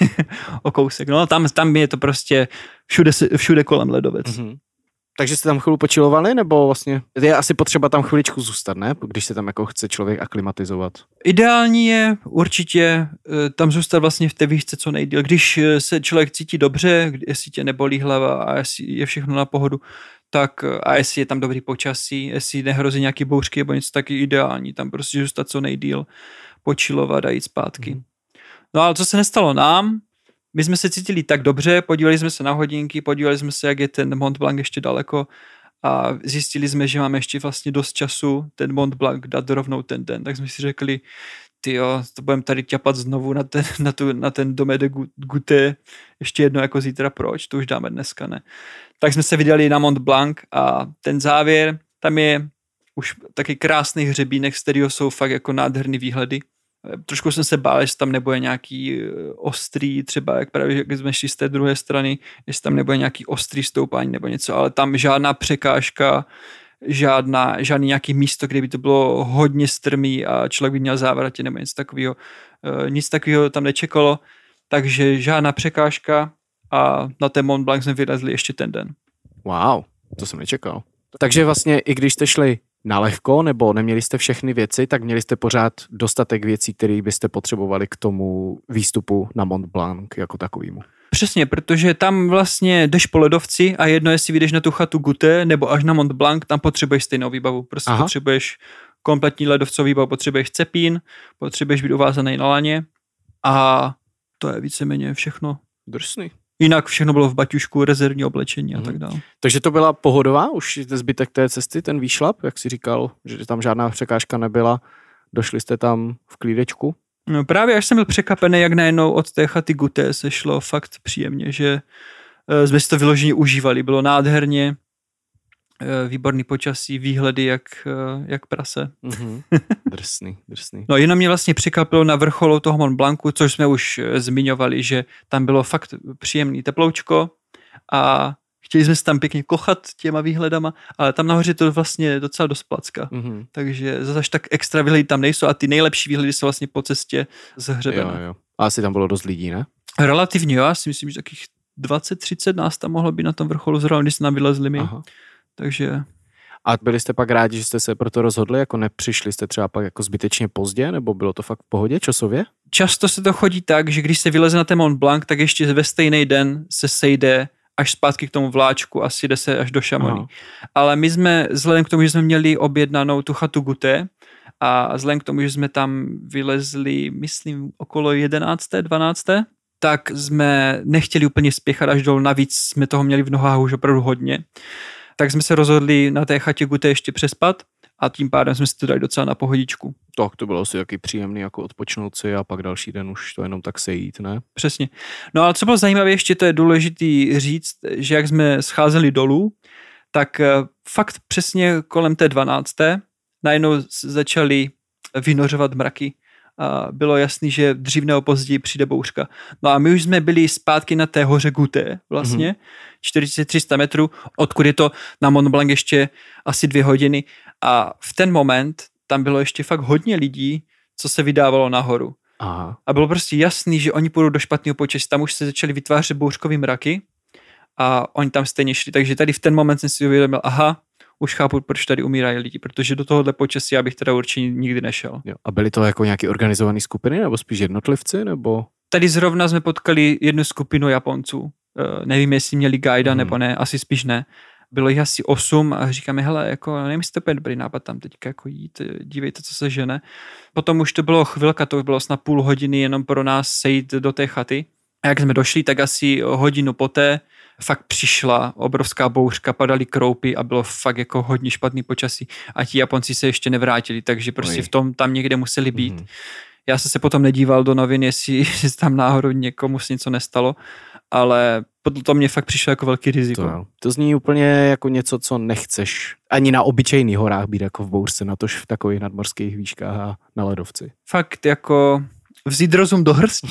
O kousek. No tam je to prostě všude kolem ledovec. Takže jste tam chvíli počilovali, nebo vlastně je asi potřeba tam chviličku zůstat, ne? Když se tam jako chce člověk aklimatizovat. Ideální je určitě tam zůstat vlastně v té výšce co nejdýl. Když se člověk cítí dobře, jestli tě nebolí hlava a jestli je všechno na pohodu, tak a jestli je tam dobrý počasí, jestli nehrozí nějaký bouřky nebo něco, tak je ideální. Tam prostě zůstat co nejdýl, počilovat a jít zpátky. No ale co se nestalo nám, my jsme se cítili tak dobře, podívali jsme se na hodinky, podívali jsme se, jak je ten Mont Blanc ještě daleko a zjistili jsme, že máme ještě vlastně dost času ten Mont Blanc dát rovnou ten den. Tak jsme si řekli, tyjo, to budeme tady ťapat znovu na ten Dome de Guté ještě jedno jako zítra, proč? To už dáme dneska, ne? Tak jsme se vydali na Mont Blanc a ten závěr, tam je už taky krásný hřebínek, z kterého jsou fakt jako nádherný výhledy. Trošku jsem se bál, jestli tam nebude nějaký ostrý, třeba jak právě jak jsme šli z té druhé strany, jestli tam nebude nějaký ostrý stoupání nebo něco, ale tam žádná překážka, žádný nějaký místo, kde by to bylo hodně strmý a člověk by měl závratě nebo něco takového. Nic takového tam nečekalo, takže žádná překážka a na ten Mont Blanc jsme vylezli ještě ten den. Wow, to jsem nečekal. Takže vlastně i když jste šli na lehko, nebo neměli jste všechny věci, tak měli jste pořád dostatek věcí, které byste potřebovali k tomu výstupu na Mont Blanc jako takovému. Přesně, protože tam vlastně jdeš po ledovci a jedno, jestli vyjdeš na tu chatu Guté nebo až na Mont Blanc, tam potřebuješ stejnou výbavu. Prostě potřebuješ kompletní ledovcovou výbavu, potřebuješ cepín, potřebuješ být uvázaný na laně a to je víceméně všechno. Drsný. Jinak všechno bylo v baťušku, rezervní oblečení a tak dále. Takže to byla pohodová už zbytek té cesty, ten výšlap, jak jsi říkal, že tam žádná překážka nebyla, došli jste tam v klídečku? No právě až jsem byl překvapený, jak najednou od té chaty Guté se šlo fakt příjemně, že jsme si to vyloženě užívali, bylo nádherně, výborný počasí, výhledy jak prase. Drsný. No jenom mě vlastně překvapilo na vrcholu toho Mont Blancu, což jsme už zmiňovali, že tam bylo fakt příjemný teploučko a chtěli jsme se tam pěkně kochat těma výhledama, ale tam nahoře to vlastně docela dost placka. Takže zase tak extra výhledy tam nejsou a ty nejlepší výhledy jsou vlastně po cestě z hřebene. Jo. A asi tam bylo dost lidí, ne? Relativně jo, já si myslím, že takých 20-30 nás tam mohlo být na tom vrcholu zrovna, když jsme tam vylezli my. Aha. Takže... A byli jste pak rádi, že jste se pro to rozhodli, jako nepřišli jste třeba pak jako zbytečně pozdě, nebo bylo to fakt v pohodě časově? Často se to chodí tak, že když se vyleze na ten Mont Blanc, tak ještě ve stejný den se sejde až zpátky k tomu vláčku a sjede se až do Chamonix. Ale my jsme, vzhledem k tomu, že jsme měli objednanou tu chatu Guté a vzhledem k tomu, že jsme tam vylezli, myslím, okolo 11. 12., tak jsme nechtěli úplně spěchat až dolů, navíc jsme toho měli v nohách už opravdu hodně. Tak jsme se rozhodli na té chatě Guté ještě přespat a tím pádem jsme si to dali docela na pohodičku. Tak to bylo asi taky příjemný, jako odpočnout si a pak další den už to jenom tak sejít, ne? Přesně. No ale co bylo zajímavé ještě, to je důležitý říct, že jak jsme scházeli dolů, tak fakt přesně kolem té 12. najednou začaly vynořovat mraky. A bylo jasný, že dřív nebo později přijde bouřka. No a my už jsme byli zpátky na té hoře Guté vlastně, 4300 metrů, odkud je to na Mont Blanc ještě asi 2 hodiny a v ten moment tam bylo ještě fakt hodně lidí, co se vydávalo nahoru. Aha. A bylo prostě jasný, že oni půjdou do špatného počasí, tam už se začaly vytvářet bouřkový mraky a oni tam stejně šli, takže tady v ten moment jsem si uvědomil, aha, už chápu, proč tady umírají lidi, protože do tohohle počasí já bych teda určitě nikdy nešel. Jo. A byly to jako nějaké organizované skupiny, nebo spíš jednotlivci, nebo? Tady zrovna jsme potkali jednu skupinu Japonců. Nevím, jestli měli guida nebo ne, asi spíš ne. Bylo jich asi 8 a říkáme, hele, jako nevím, jestli to je dobrý nápad tam teďka jako jít, dívejte, co se žene. Potom už to bylo chvilka, to bylo snad půl hodiny jenom pro nás sejít do té chaty. A jak jsme došli, tak asi hodinu poté fakt přišla obrovská bouřka, padaly kroupy a bylo fakt jako hodně špatný počasí a ti Japonci se ještě nevrátili, takže prostě v tom tam někde museli být. Já jsem se potom nedíval do novin, jestli tam náhodou někomu se něco nestalo, ale to mě fakt přišlo jako velký riziko. To zní úplně jako něco, co nechceš ani na obyčejných horách být jako v bouřce, natož v takových nadmorských výškách a na ledovci. Fakt jako vzít rozum do hrsti.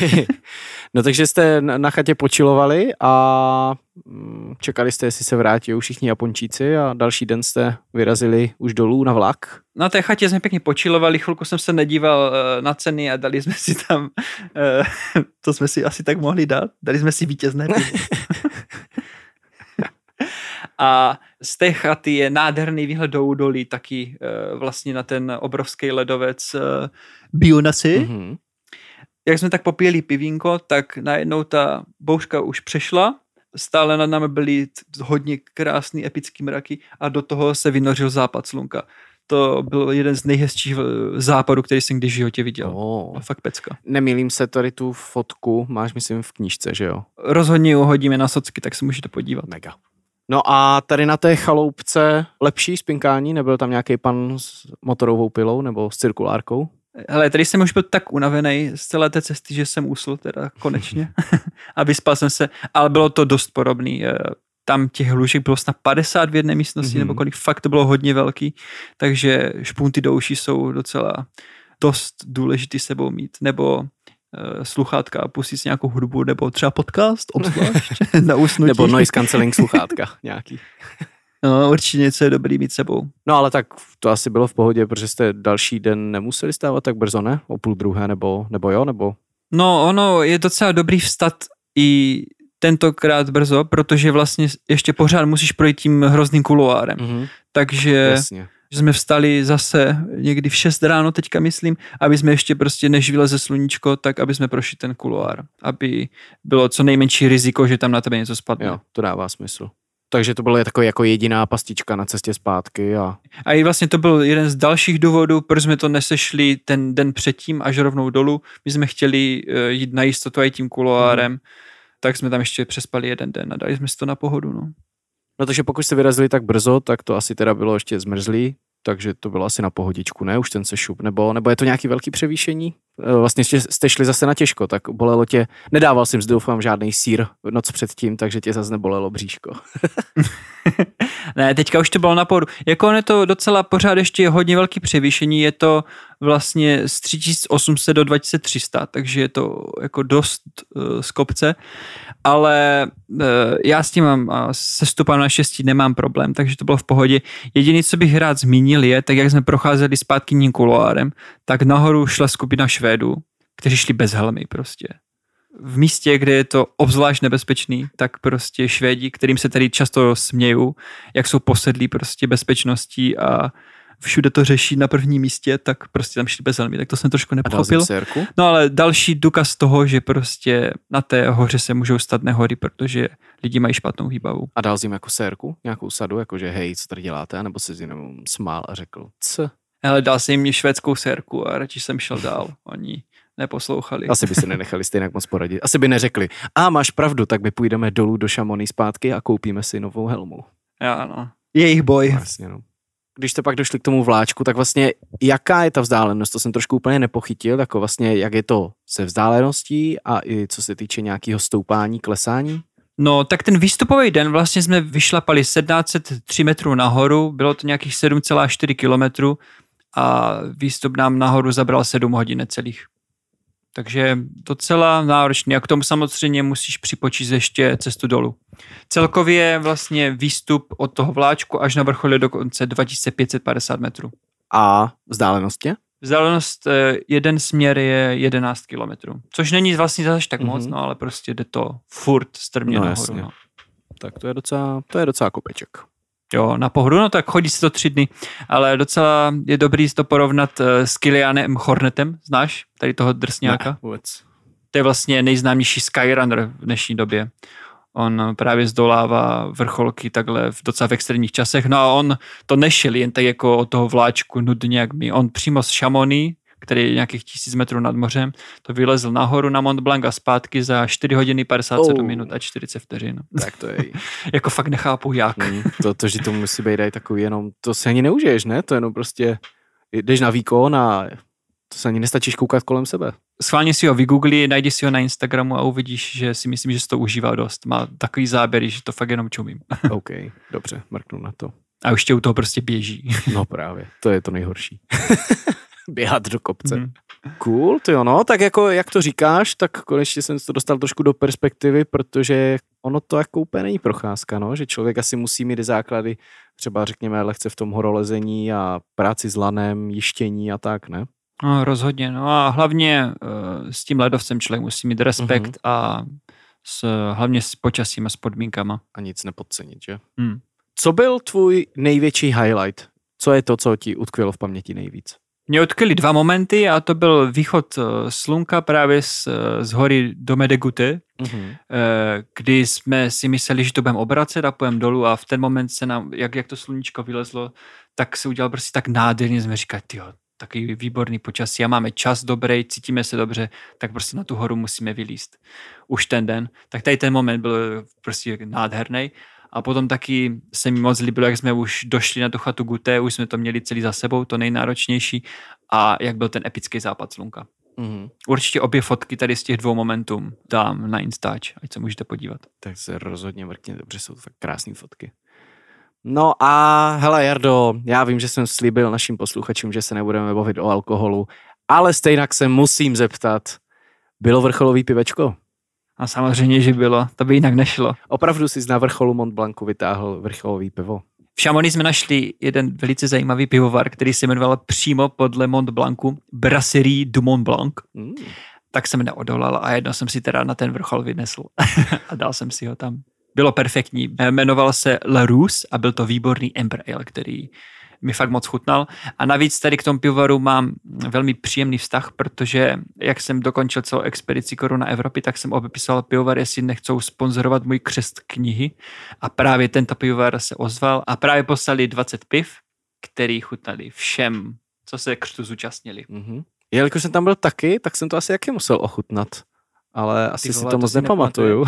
No takže jste na chatě počilovali a čekali jste, jestli se vrátí všichni Japončíci a další den jste vyrazili už dolů na vlak? Na té chatě jsme pěkně počilovali, chvilku jsem se nedíval na ceny a dali jsme si tam, to jsme si asi tak mohli dát, dali jsme si vítězné pivo. A z té chaty je nádherný výhled do údolí, taky vlastně na ten obrovský ledovec Bionasi. Jak jsme tak popíjeli pivínko, tak najednou ta bouřka už přešla, stále nad námi byly hodně krásný epický mraky a do toho se vynořil západ slunka. To byl jeden z nejhezčích západů, který jsem kdy v životě viděl. Fakt pecka. Nemýlím se, tady tu fotku máš, myslím, v knížce, že jo? Rozhodně ji hodíme na socky, tak se můžete podívat. Mega. No a tady na té chaloupce lepší spinkání? Nebyl tam nějaký pan s motorovou pilou nebo s cirkulárkou? Hele, tady jsem už byl tak unavený z celé té cesty, že jsem usl teda konečně a vyspal jsem se, ale bylo to dost podobný. Tam těch hlušek bylo snad 50 v jedné místnosti, nebo kolik, fakt to bylo hodně velký, takže špunty do uší jsou docela dost důležitý sebou mít, nebo sluchátka a pustit si nějakou hudbu, nebo třeba podcast, obzvlášť na usnutí. Nebo noise cancelling sluchátka nějaký. No, určitě něco je dobrý mít sebou. No ale tak to asi bylo v pohodě, protože jste další den nemuseli stávat tak brzo, ne? O 12:30, nebo jo, nebo? No, ono je docela dobrý vstat i tentokrát brzo, protože vlastně ještě pořád musíš projít tím hrozným kuloárem. Takže jasně. Jsme vstali zase někdy v 6 ráno, teďka myslím, aby jsme ještě prostě, než vyleze sluníčko, tak aby jsme prošli ten kuloár, aby bylo co nejmenší riziko, že tam na tebe něco spadne. Jo, to dává smysl. Takže to bylo takový jako jediná pastička na cestě zpátky. A i vlastně to byl jeden z dalších důvodů, proč jsme to nesešli ten den předtím až rovnou dolů. My jsme chtěli jít na jistotu i tím kuloárem, tak jsme tam ještě přespali jeden den a dali jsme si to na pohodu, no. No takže pokud jste vyrazili tak brzo, tak to asi teda bylo ještě zmrzlý, takže to bylo asi na pohodičku, ne? Už ten sešup, nebo je to nějaký velký převýšení? Vlastně jste šli zase na těžko, tak bolelo tě, nedával jsem doufám žádný sýr noc předtím, takže tě zase nebolelo bříško. Ne, teďka už to bylo na pohodu. Jako on je to docela pořád ještě hodně velký převýšení, je to vlastně z 3800 do 2300, takže je to jako dost z kopce, ale já s tím mám, se stupem naštěstí nemám problém, takže to bylo v pohodě. Jediné, co bych rád zmínil je, tak jak jsme procházeli zpátky tím kuloárem, tak nahoru šla skupina Švédů, kteří šli bez helmy prostě. V místě, kde je to obzvlášť nebezpečný, tak prostě Švédi, kterým se tady často smějou, jak jsou posedlí prostě bezpečností a všude to řeší na prvním místě, tak prostě tam šli bez helmy, tak to jsem trošku nepochopil. No ale další důkaz toho, že prostě na té hoře se můžou stát nehody, protože lidi mají špatnou výbavu. A dal jsi jim jako sérku, nějakou sadu, jakože hej, co tady děláte, nebo se jenom smál a řekl, co? Ale dal jsem jim švédskou sérku a radši jsem šel dál. Oni neposlouchali. Asi by se nenechali stejně moc poradit. Asi by neřekli, máš pravdu, tak my půjdeme dolů do Chamonix zpátky a koupíme si novou helmu. Já, no. Jejich boj. Vlastně, no. Když jste pak došli k tomu vláčku, tak vlastně jaká je ta vzdálenost? To jsem trošku úplně nepochytil, jako vlastně jak je to se vzdáleností a i co se týče nějakého stoupání, klesání? No, tak ten výstupový den vlastně jsme vyšlapali 1703 metrů nahoru, bylo to nějakých 7,4 kilometrů a výstup nám nahoru zabral 7 hodin necelých. Takže docela náročný a k tomu samozřejmě musíš připočíst ještě cestu dolů. Celkově vlastně výstup od toho vláčku až na vrchol je dokonce 2550 metrů. A vzdálenost je? Vzdálenost jeden směr je 11 kilometrů, což není vlastně zase tak moc, no ale prostě jde to furt strmě nahoru. No. Tak to je docela kopeček. Jo, na pohodu, no tak chodí se to 3 dny, ale docela je dobrý to porovnat s Kilianem Hornetem, znáš? Tady toho drsňáka? Ne, vůbec. To je vlastně nejznámější skyrunner v dnešní době. On právě zdolává vrcholky takhle v docela v extrémních časech, no a on to nešel jen tak jako od toho vláčku nudně jak my. On přímo z Chamonix, který je nějakých 1000 metrů nad mořem, to vylezl nahoru na Mont Blanc a zpátky za 4 hodiny 57 minut a 40 vteřin. Tak to je. Jako fakt nechápu jak. To, že to musí být aj takový jenom, to se ani neužiješ, ne? To jenom prostě jdeš na výkon a to se ani nestačíš koukat kolem sebe. Schválně si ho vygoogli, najdi si ho na Instagramu a uvidíš, že si myslím, že se to užívá dost. Má takový záběry, že to fakt jenom čumím. OK, dobře, mrknu na to. A už tě u toho prostě běží. No právě, to je to nejhorší. Běhat do kopce. Cool, to jo, no, tak jako jak to říkáš, tak konečně jsem to dostal trošku do perspektivy, protože ono to jako úplně není procházka, no, že člověk asi musí mít základy, třeba řekněme lehce v tom horolezení a práci s lanem, jištění a tak, ne? No, rozhodně, no a hlavně s tím ledovcem člověk musí mít respekt a hlavně s počasím a s podmínkama. A nic nepodcenit, že? Co byl tvůj největší highlight? Co je to, co ti utkvělo v paměti nejvíc? Mě utkvěly 2 momenty a to byl východ slunka právě z hory do Medegute, kdy jsme si mysleli, že to budeme obracet a půjdeme dolů a v ten moment se nám, jak to sluníčko vylezlo, tak se udělal prostě tak nádherně, jsme říkali, tyjo, takový výborný počasí a máme čas dobrý, cítíme se dobře, tak prostě na tu horu musíme vylízt už ten den. Tak tady ten moment byl prostě nádherný. A potom taky se mi moc líbilo, jak jsme už došli na tu chatu Gute, už jsme to měli celý za sebou, to nejnáročnější, a jak byl ten epický západ slunka. Určitě obě fotky tady z těch 2 momentů dám na Instač, ať se můžete podívat. Tak se rozhodně mrkně, dobře, jsou to tak krásné fotky. No a hele Jardo, já vím, že jsem slíbil našim posluchačům, že se nebudeme bavit o alkoholu, ale stejnak se musím zeptat, bylo vrcholový pivečko? A samozřejmě, že bylo, to by jinak nešlo. Opravdu jsi na vrcholu Mont Blancu vytáhl vrcholový pivo? V Chamonix jsme našli jeden velice zajímavý pivovar, který se jmenoval přímo podle Mont Blancu Brasserie du Mont Blanc. Tak jsem neodolal a jedno jsem si teda na ten vrchol vynesl a dal jsem si ho tam. Bylo perfektní. Jmenoval se La Rousse a byl to výborný Amber Ale, který mi fakt moc chutnal. A navíc tady k tomu pivovaru mám velmi příjemný vztah, protože jak jsem dokončil celou expedici Koruna Evropy, tak jsem obepisoval pivovar, jestli nechcou sponzorovat můj křest knihy. A právě tento pivovar se ozval a právě poslali 20 piv, který chutnali všem, co se křtu zúčastnili. Jelikož jsem tam byl taky, tak jsem to asi jaký musel ochutnat. ale asi si to moc nepamatuju.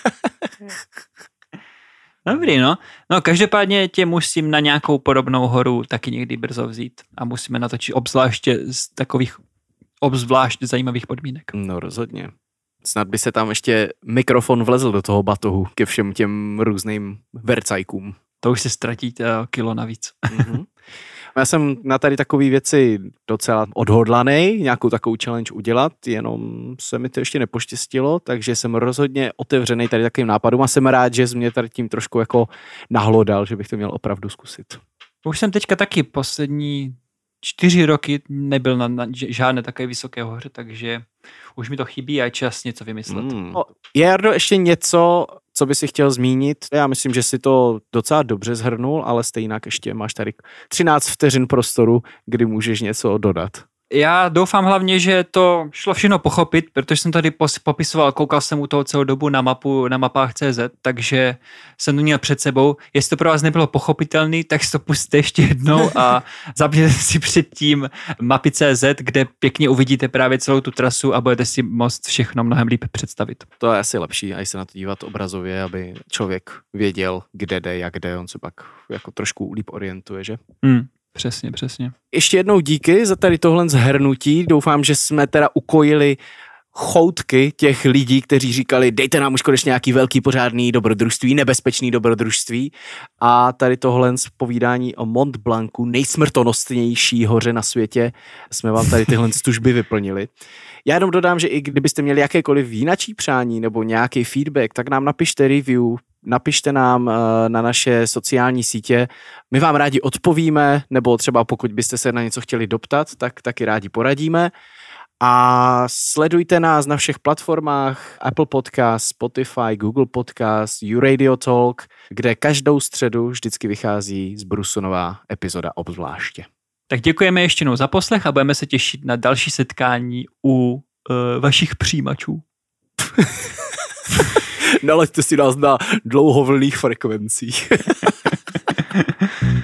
Dobrý, no. No, každopádně tě musím na nějakou podobnou horu taky někdy brzo vzít a musíme natočit obzvláště z takových obzvlášť zajímavých podmínek. No, rozhodně. Snad by se tam ještě mikrofon vlezl do toho batohu ke všem těm různým vercajkům. To už si ztratíte kilo navíc. Mm-hmm. Já jsem na tady takové věci docela odhodlaný, nějakou takovou challenge udělat, jenom se mi to ještě nepoštěstilo, takže jsem rozhodně otevřený tady takovým nápadům a jsem rád, že jsi mě tady tím trošku jako nahlodal, že bych to měl opravdu zkusit. Už jsem teďka taky poslední 4 roky nebyl na žádné takové vysoké hoře, takže už mi to chybí a je čas něco vymyslet. Je, Jardo, ještě něco, co by si chtěl zmínit? Já myslím, že si to docela dobře shrnul, ale stejně ještě máš tady 13 vteřin prostoru, kdy můžeš něco dodat. Já doufám hlavně, že to šlo všechno pochopit, protože jsem tady popisoval, koukal jsem u toho celou dobu na mapu, na mapách CZ, takže jsem to měl před sebou. Jestli to pro vás nebylo pochopitelný, tak si to pusťte ještě jednou a zapněte si předtím mapy CZ, kde pěkně uvidíte právě celou tu trasu a budete si moct všechno mnohem líp představit. To je asi lepší, až se na to dívat obrazově, aby člověk věděl, kde jde, jak jde, on se pak jako trošku líp orientuje, že? Přesně, přesně. Ještě jednou díky za tady tohle zhrnutí. Doufám, že jsme teda ukojili choutky těch lidí, kteří říkali, dejte nám už konečně nějaký velký pořádný dobrodružství, nebezpečný dobrodružství. A tady tohle povídání o Mont Blancu, nejsmrtonostnější hoře na světě, jsme vám tady tyhle služby vyplnili. Já jenom dodám, že i kdybyste měli jakékoliv jináčí přání nebo nějaký feedback, tak nám napište review, napište nám na naše sociální sítě. My vám rádi odpovíme, nebo třeba pokud byste se na něco chtěli doptat, tak taky rádi poradíme. A sledujte nás na všech platformách Apple Podcast, Spotify, Google Podcast, YouRadio Talk, kde každou středu vždycky vychází z Brusu nová epizoda obzvláště. Tak děkujeme ještě jednou za poslech a budeme se těšit na další setkání u vašich přijímačů. Nalaďte si nás na dlouhovlných frekvencích.